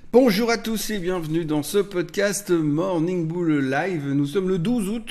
Bonjour à tous et bienvenue dans ce podcast Morning Bull Live. Nous sommes le 12 août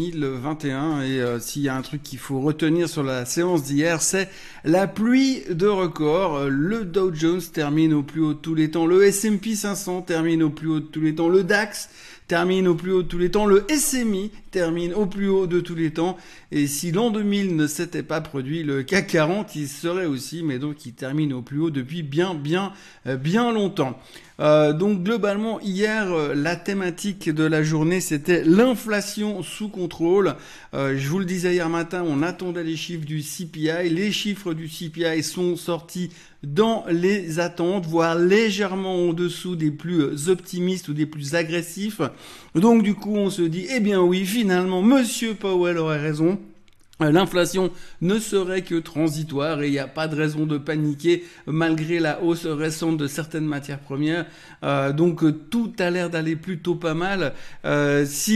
2021 et s'il y a un truc qu'il faut retenir sur la séance d'hier, c'est la pluie de records. Le Dow Jones termine au plus haut de tous les temps, le S&P 500 termine au plus haut de tous les temps, le DAX termine au plus haut de tous les temps, le SMI termine au plus haut de tous les temps, et si l'an 2000 ne s'était pas produit, le CAC 40 il serait aussi, mais donc il termine au plus haut depuis bien longtemps. Donc globalement hier la thématique de la journée c'était l'inflation sous contrôle. Je vous le disais hier matin, on attendait les chiffres du CPI. Les chiffres du CPI sont sortis dans les attentes, voire légèrement en dessous des plus optimistes ou des plus agressifs. Donc du coup on se dit eh bien oui, finalement Monsieur Powell aurait raison. L'inflation ne serait que transitoire et il n'y a pas de raison de paniquer malgré la hausse récente de certaines matières premières. Donc tout a l'air d'aller plutôt pas mal. Si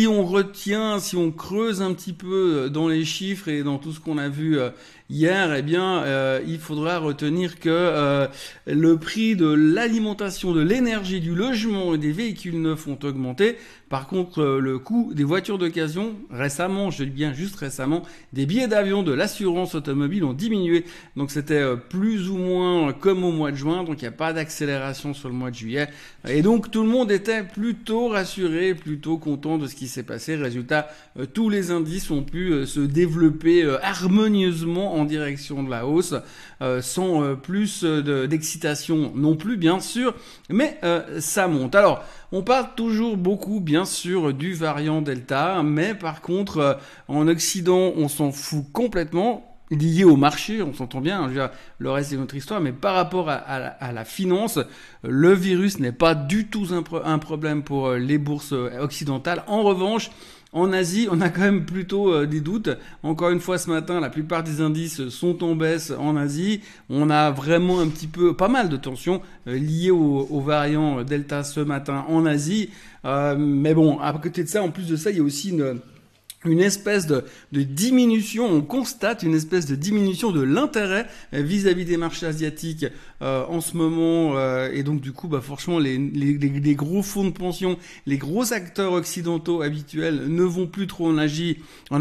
on creuse un petit peu dans les chiffres et dans tout ce qu'on a vu hier, eh bien, il faudra retenir que le prix de l'alimentation, de l'énergie, du logement et des véhicules neufs ont augmenté. Par contre, le coût des voitures d'occasion, récemment, je dis bien juste récemment, des billets d'avion, de l'assurance automobile ont diminué. Donc c'était plus ou moins comme au mois de juin, donc il n'y a pas d'accélération sur le mois de juillet. Et donc tout le monde était plutôt rassuré, plutôt content de ce qui s'est passé. Résultat, tous les indices ont pu se développer harmonieusement en direction de la hausse, sans plus d'excitation non plus, bien sûr, mais ça monte. Alors, on parle toujours beaucoup, bien sûr, du variant Delta, mais par contre, en Occident, on s'en fout complètement. Lié au marché, on s'entend bien, je veux dire, le reste c'est notre histoire, mais par rapport à la finance, le virus n'est pas du tout un problème pour les bourses occidentales. En revanche, en Asie, on a quand même plutôt des doutes. Encore une fois, ce matin, la plupart des indices sont en baisse en Asie. On a vraiment pas mal de tensions liées au variant Delta ce matin en Asie. Mais bon, à côté de ça, en plus de ça, il y a aussi une espèce de diminution, on constate une espèce de diminution de l'intérêt vis-à-vis des marchés asiatiques en ce moment, et donc du coup franchement les gros fonds de pension, les gros acteurs occidentaux habituels ne vont plus trop en Asie,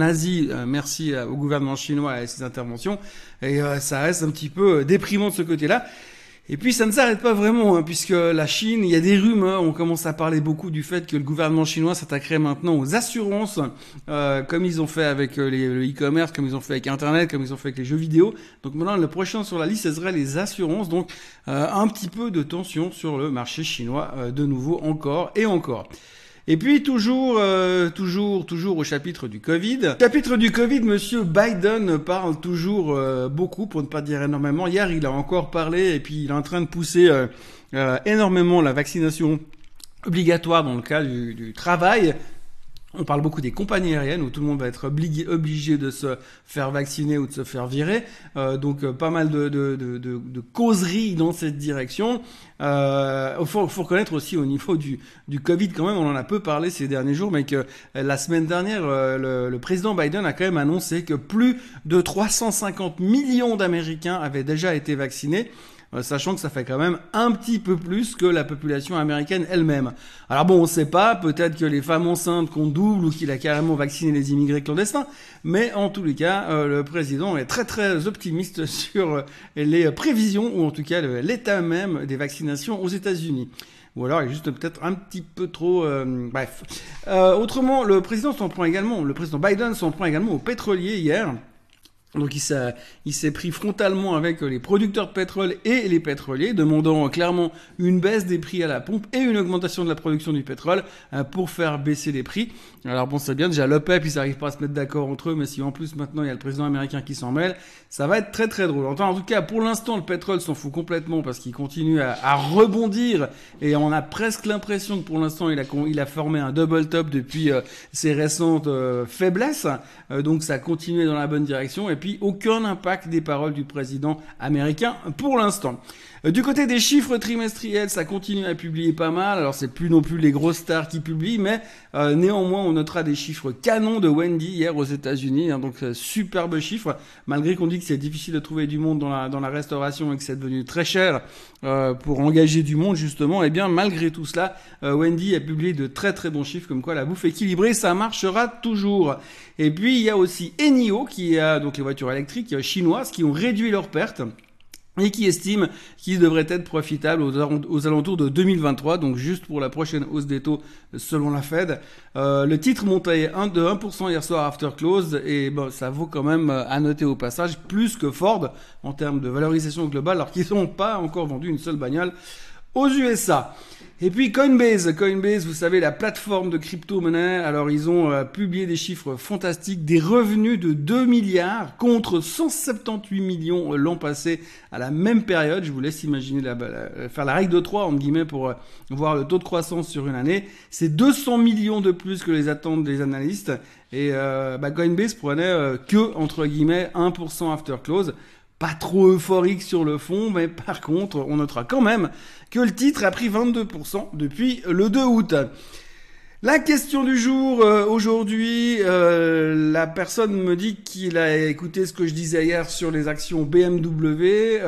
merci au gouvernement chinois et à ses interventions, et ça reste un petit peu déprimant de ce côté-là. Et puis ça ne s'arrête pas vraiment, puisque la Chine, il y a des rumeurs, on commence à parler beaucoup du fait que le gouvernement chinois s'attaquerait maintenant aux assurances, comme ils ont fait avec le e-commerce, comme ils ont fait avec Internet, comme ils ont fait avec les jeux vidéo. Donc maintenant, le prochain sur la liste, ce serait les assurances. Donc un petit peu de tension sur le marché chinois, de nouveau, encore et encore. Et puis toujours au chapitre du Covid. Chapitre du Covid, Monsieur Biden parle toujours beaucoup, pour ne pas dire énormément. Hier, il a encore parlé et puis il est en train de pousser énormément la vaccination obligatoire dans le cas du travail. On parle beaucoup des compagnies aériennes où tout le monde va être obligé de se faire vacciner ou de se faire virer. Donc pas mal de causeries dans cette direction. Faut reconnaître aussi au niveau du Covid quand même, on en a peu parlé ces derniers jours, mais que la semaine dernière, le président Biden a quand même annoncé que plus de 350 millions d'Américains avaient déjà été vaccinés. Sachant que ça fait quand même un petit peu plus que la population américaine elle-même. Alors bon, on sait pas, peut-être que les femmes enceintes comptent double ou qu'il a carrément vacciné les immigrés clandestins, mais en tous les cas, le président est très très optimiste sur les prévisions, ou en tout cas l'état même des vaccinations aux États-Unis. Ou alors il est juste peut-être un petit peu trop... bref. Autrement, le président Biden s'en prend également aux pétroliers hier. Donc il s'est pris frontalement avec les producteurs de pétrole et les pétroliers, demandant clairement une baisse des prix à la pompe et une augmentation de la production du pétrole pour faire baisser les prix. Alors bon, c'est bien, déjà l'OPEP, ils n'arrivent pas à se mettre d'accord entre eux, mais si en plus maintenant il y a le président américain qui s'en mêle, ça va être très très drôle. En tout cas, pour l'instant, le pétrole s'en fout complètement parce qu'il continue à rebondir et on a presque l'impression que pour l'instant il a formé un double top depuis ses récentes faiblesses. Donc ça a continué dans la bonne direction et puis aucun impact des paroles du président américain pour l'instant. Du côté des chiffres trimestriels, ça continue à publier pas mal. Alors c'est plus non plus les grosses stars qui publient, mais néanmoins on notera des chiffres canons de Wendy hier aux États-Unis. Donc superbe chiffre, malgré qu'on dit que c'est difficile de trouver du monde dans la restauration et que c'est devenu très cher pour engager du monde justement. Et bien malgré tout cela, Wendy a publié de très très bons chiffres comme quoi la bouffe équilibrée ça marchera toujours. Et puis il y a aussi Enio qui a donc les voitures électriques chinoises qui ont réduit leurs pertes et qui estime qu'ils devraient être profitables aux alentours de 2023, donc juste pour la prochaine hausse des taux selon la Fed. Le titre montait de 1% hier soir after close, et bon, ça vaut quand même à noter au passage plus que Ford en termes de valorisation globale, alors qu'ils n'ont pas encore vendu une seule bagnole aux USA. Et puis Coinbase, vous savez, la plateforme de crypto-monnaie, alors ils ont publié des chiffres fantastiques, des revenus de 2 milliards contre 178 millions l'an passé à la même période. Je vous laisse imaginer faire la règle de 3 entre guillemets pour voir le taux de croissance sur une année. C'est 200 millions de plus que les attentes des analystes. Et Coinbase prenait que, entre guillemets, 1% after close. Pas trop euphorique sur le fond, mais par contre, on notera quand même que le titre a pris 22% depuis le 2 août. La question du jour, aujourd'hui, la personne me dit qu'il a écouté ce que je disais hier sur les actions BMW,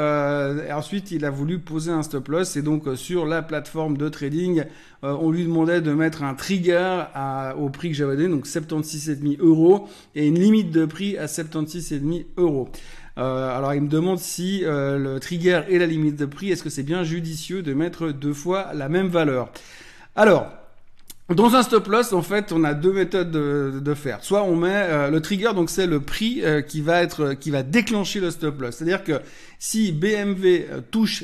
et ensuite il a voulu poser un stop loss, et donc sur la plateforme de trading, on lui demandait de mettre un trigger au prix que j'avais donné, donc 76,5 €, et une limite de prix à 76,5 €. Alors il me demande si le trigger et la limite de prix, est-ce que c'est bien judicieux de mettre 2 fois la même valeur? Alors, dans un stop loss, en fait, on a 2 méthodes de faire. Soit on met le trigger, donc c'est le prix qui va déclencher le stop loss. C'est-à-dire que si BMW touche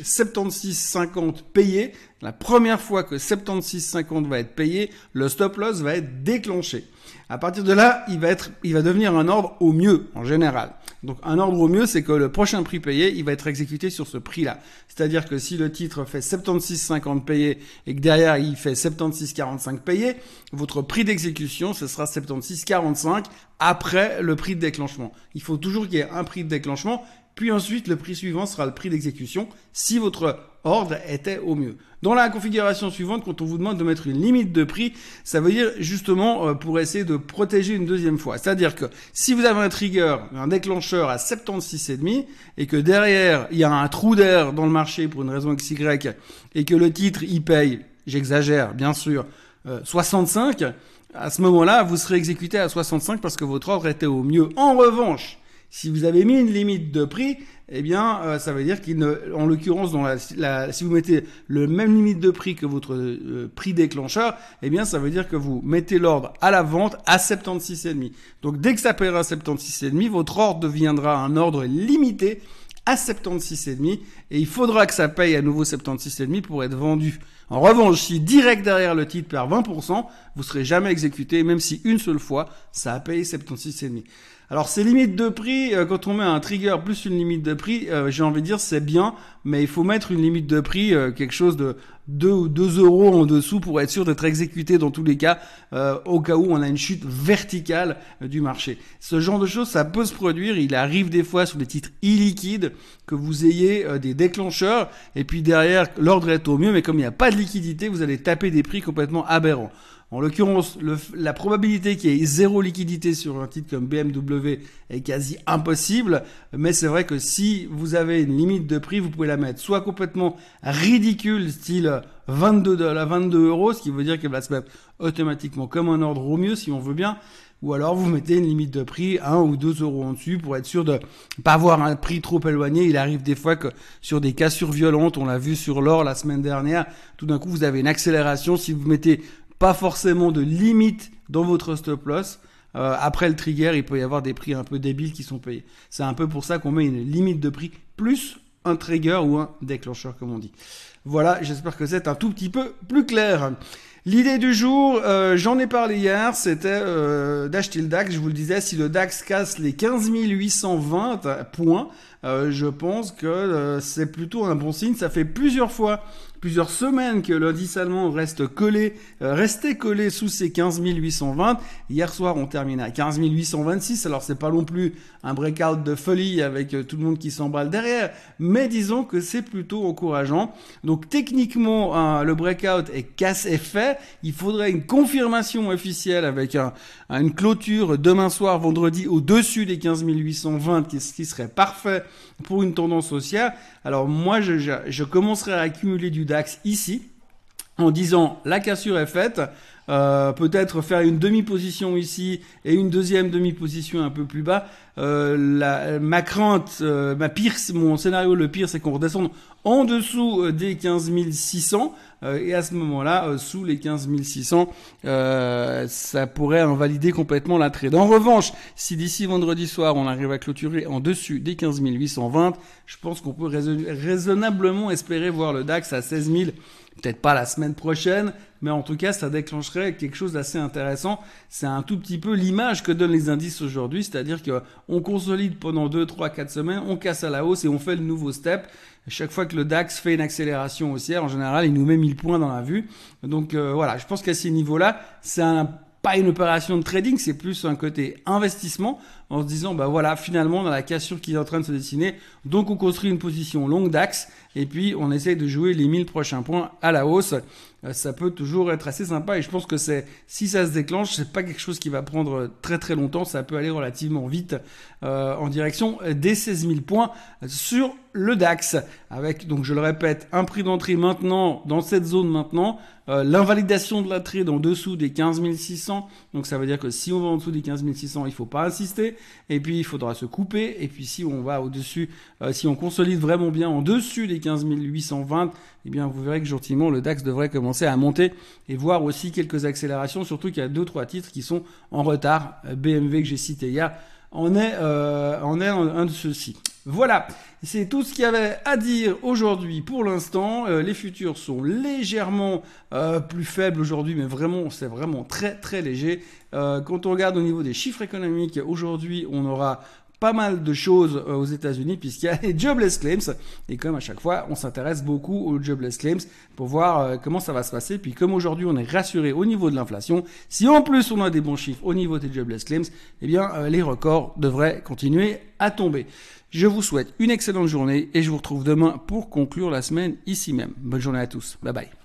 76,50 payé, la première fois que 76,50 va être payé, le stop loss va être déclenché. À partir de là, il va devenir un ordre au mieux, en général. Donc, un ordre au mieux, c'est que le prochain prix payé, il va être exécuté sur ce prix-là. C'est-à-dire que si le titre fait 76,50 payé et que derrière, il fait 76,45 payé, votre prix d'exécution, ce sera 76,45 après le prix de déclenchement. Il faut toujours qu'il y ait un prix de déclenchement, puis ensuite, le prix suivant sera le prix d'exécution si votre ordre était au mieux. Dans la configuration suivante, quand on vous demande de mettre une limite de prix, ça veut dire justement pour essayer de protéger une deuxième fois. C'est-à-dire que si vous avez un trigger, un déclencheur à 76,5 et que derrière, il y a un trou d'air dans le marché pour une raison XY et que le titre, il paye, j'exagère bien sûr, 65, à ce moment-là, vous serez exécuté à 65 parce que votre ordre était au mieux. En revanche, si vous avez mis une limite de prix, eh bien, ça veut dire en l'occurrence, si vous mettez le même limite de prix que votre prix déclencheur, eh bien, ça veut dire que vous mettez l'ordre à la vente à 76,5. Donc, dès que ça paiera 76,5, votre ordre deviendra un ordre limité à 76,5 et il faudra que ça paye à nouveau 76,5 pour être vendu. En revanche, si direct derrière le titre perd 20%, vous serez jamais exécuté, même si une seule fois, ça a payé 76,5. Alors ces limites de prix, quand on met un trigger plus une limite de prix, j'ai envie de dire c'est bien, mais il faut mettre une limite de prix, quelque chose de 2 ou 2 € en dessous pour être sûr d'être exécuté dans tous les cas, au cas où on a une chute verticale du marché. Ce genre de choses, ça peut se produire, il arrive des fois sur des titres illiquides que vous ayez des déclencheurs, et puis derrière l'ordre est au mieux, mais comme il n'y a pas de liquidité, vous allez taper des prix complètement aberrants. En l'occurrence, la probabilité qu'il y ait 0 liquidité sur un titre comme BMW est quasi impossible, mais c'est vrai que si vous avez une limite de prix, vous pouvez la mettre soit complètement ridicule, style 22 €, ce qui veut dire qu'elle va se mettre automatiquement comme un ordre au mieux si on veut bien, ou alors vous mettez une limite de prix 1 ou 2 € en dessus pour être sûr de pas avoir un prix trop éloigné. Il arrive des fois que sur des cassures violentes, on l'a vu sur l'or la semaine dernière, tout d'un coup vous avez une accélération. Si vous mettez pas forcément de limite dans votre stop loss, après le trigger, il peut y avoir des prix un peu débiles qui sont payés. C'est un peu pour ça qu'on met une limite de prix plus un trigger ou un déclencheur comme on dit. Voilà, j'espère que c'est un tout petit peu plus clair. L'idée du jour, j'en ai parlé hier, c'était d'acheter le DAX. Je vous le disais, si le DAX casse les 15 820 points, je pense que c'est plutôt un bon signe. Ça fait plusieurs fois plusieurs semaines que l'indice allemand restait collé sous ces 15 820. Hier soir, on termine à 15 826. Alors, c'est pas non plus un breakout de folie avec tout le monde qui s'emballe derrière, mais disons que c'est plutôt encourageant. Donc, techniquement, le breakout est fait. Il faudrait une confirmation officielle avec une clôture demain soir, vendredi, au-dessus des 15 820, ce qui serait parfait pour une tendance haussière. Alors, moi, je commencerai à accumuler du DAX ici, en disant la cassure est faite, peut-être faire une demi-position ici et une deuxième demi-position un peu plus bas. Ma crainte, mon scénario le pire, c'est qu'on redescende en dessous des 15 600 et à ce moment-là, sous les 15 600, ça pourrait invalider complètement la trade. En revanche, si d'ici vendredi soir, on arrive à clôturer en dessus des 15 820, je pense qu'on peut raisonnablement espérer voir le DAX à 16 000. Peut-être pas la semaine prochaine, mais en tout cas, ça déclencherait quelque chose d'assez intéressant. C'est un tout petit peu l'image que donnent les indices aujourd'hui, c'est-à-dire qu'on consolide pendant 2, 3, 4 semaines, on casse à la hausse et on fait le nouveau step. Chaque fois que le DAX fait une accélération haussière, en général, il nous met 1000 points dans la vue. Donc voilà, je pense qu'à ces niveaux-là, c'est pas une opération de trading, c'est plus un côté investissement en se disant, bah voilà, finalement, on a la cassure qui est en train de se dessiner, donc on construit une position longue DAX et puis on essaye de jouer les 1000 prochains points à la hausse. Ça peut toujours être assez sympa et je pense que si ça se déclenche, c'est pas quelque chose qui va prendre très très longtemps, ça peut aller relativement vite en direction des 16 000 points sur le DAX avec, donc je le répète, un prix d'entrée maintenant dans cette zone maintenant, l'invalidation de la trade en dessous des 15 600, donc ça veut dire que si on va en dessous des 15 600, il faut pas insister et puis il faudra se couper et puis si on va au-dessus, si on consolide vraiment bien en dessus des 15 820, eh bien vous verrez que gentiment le DAX devrait commencer à monter et voir aussi quelques accélérations, surtout qu'il y a 2-3 titres qui sont en retard. BMW que j'ai cité hier en est un de ceux-ci. Voilà, c'est tout ce qu'il y avait à dire aujourd'hui pour l'instant. Les futurs sont légèrement plus faibles aujourd'hui, mais vraiment, c'est vraiment très très léger. Quand on regarde au niveau des chiffres économiques, aujourd'hui, on aura pas mal de choses aux États-Unis puisqu'il y a les jobless claims et comme à chaque fois on s'intéresse beaucoup aux jobless claims pour voir comment ça va se passer. Puis comme aujourd'hui on est rassuré au niveau de l'inflation, si en plus on a des bons chiffres au niveau des jobless claims, eh bien les records devraient continuer à tomber. Je vous souhaite une excellente journée et je vous retrouve demain pour conclure la semaine ici même. Bonne journée à tous. Bye bye.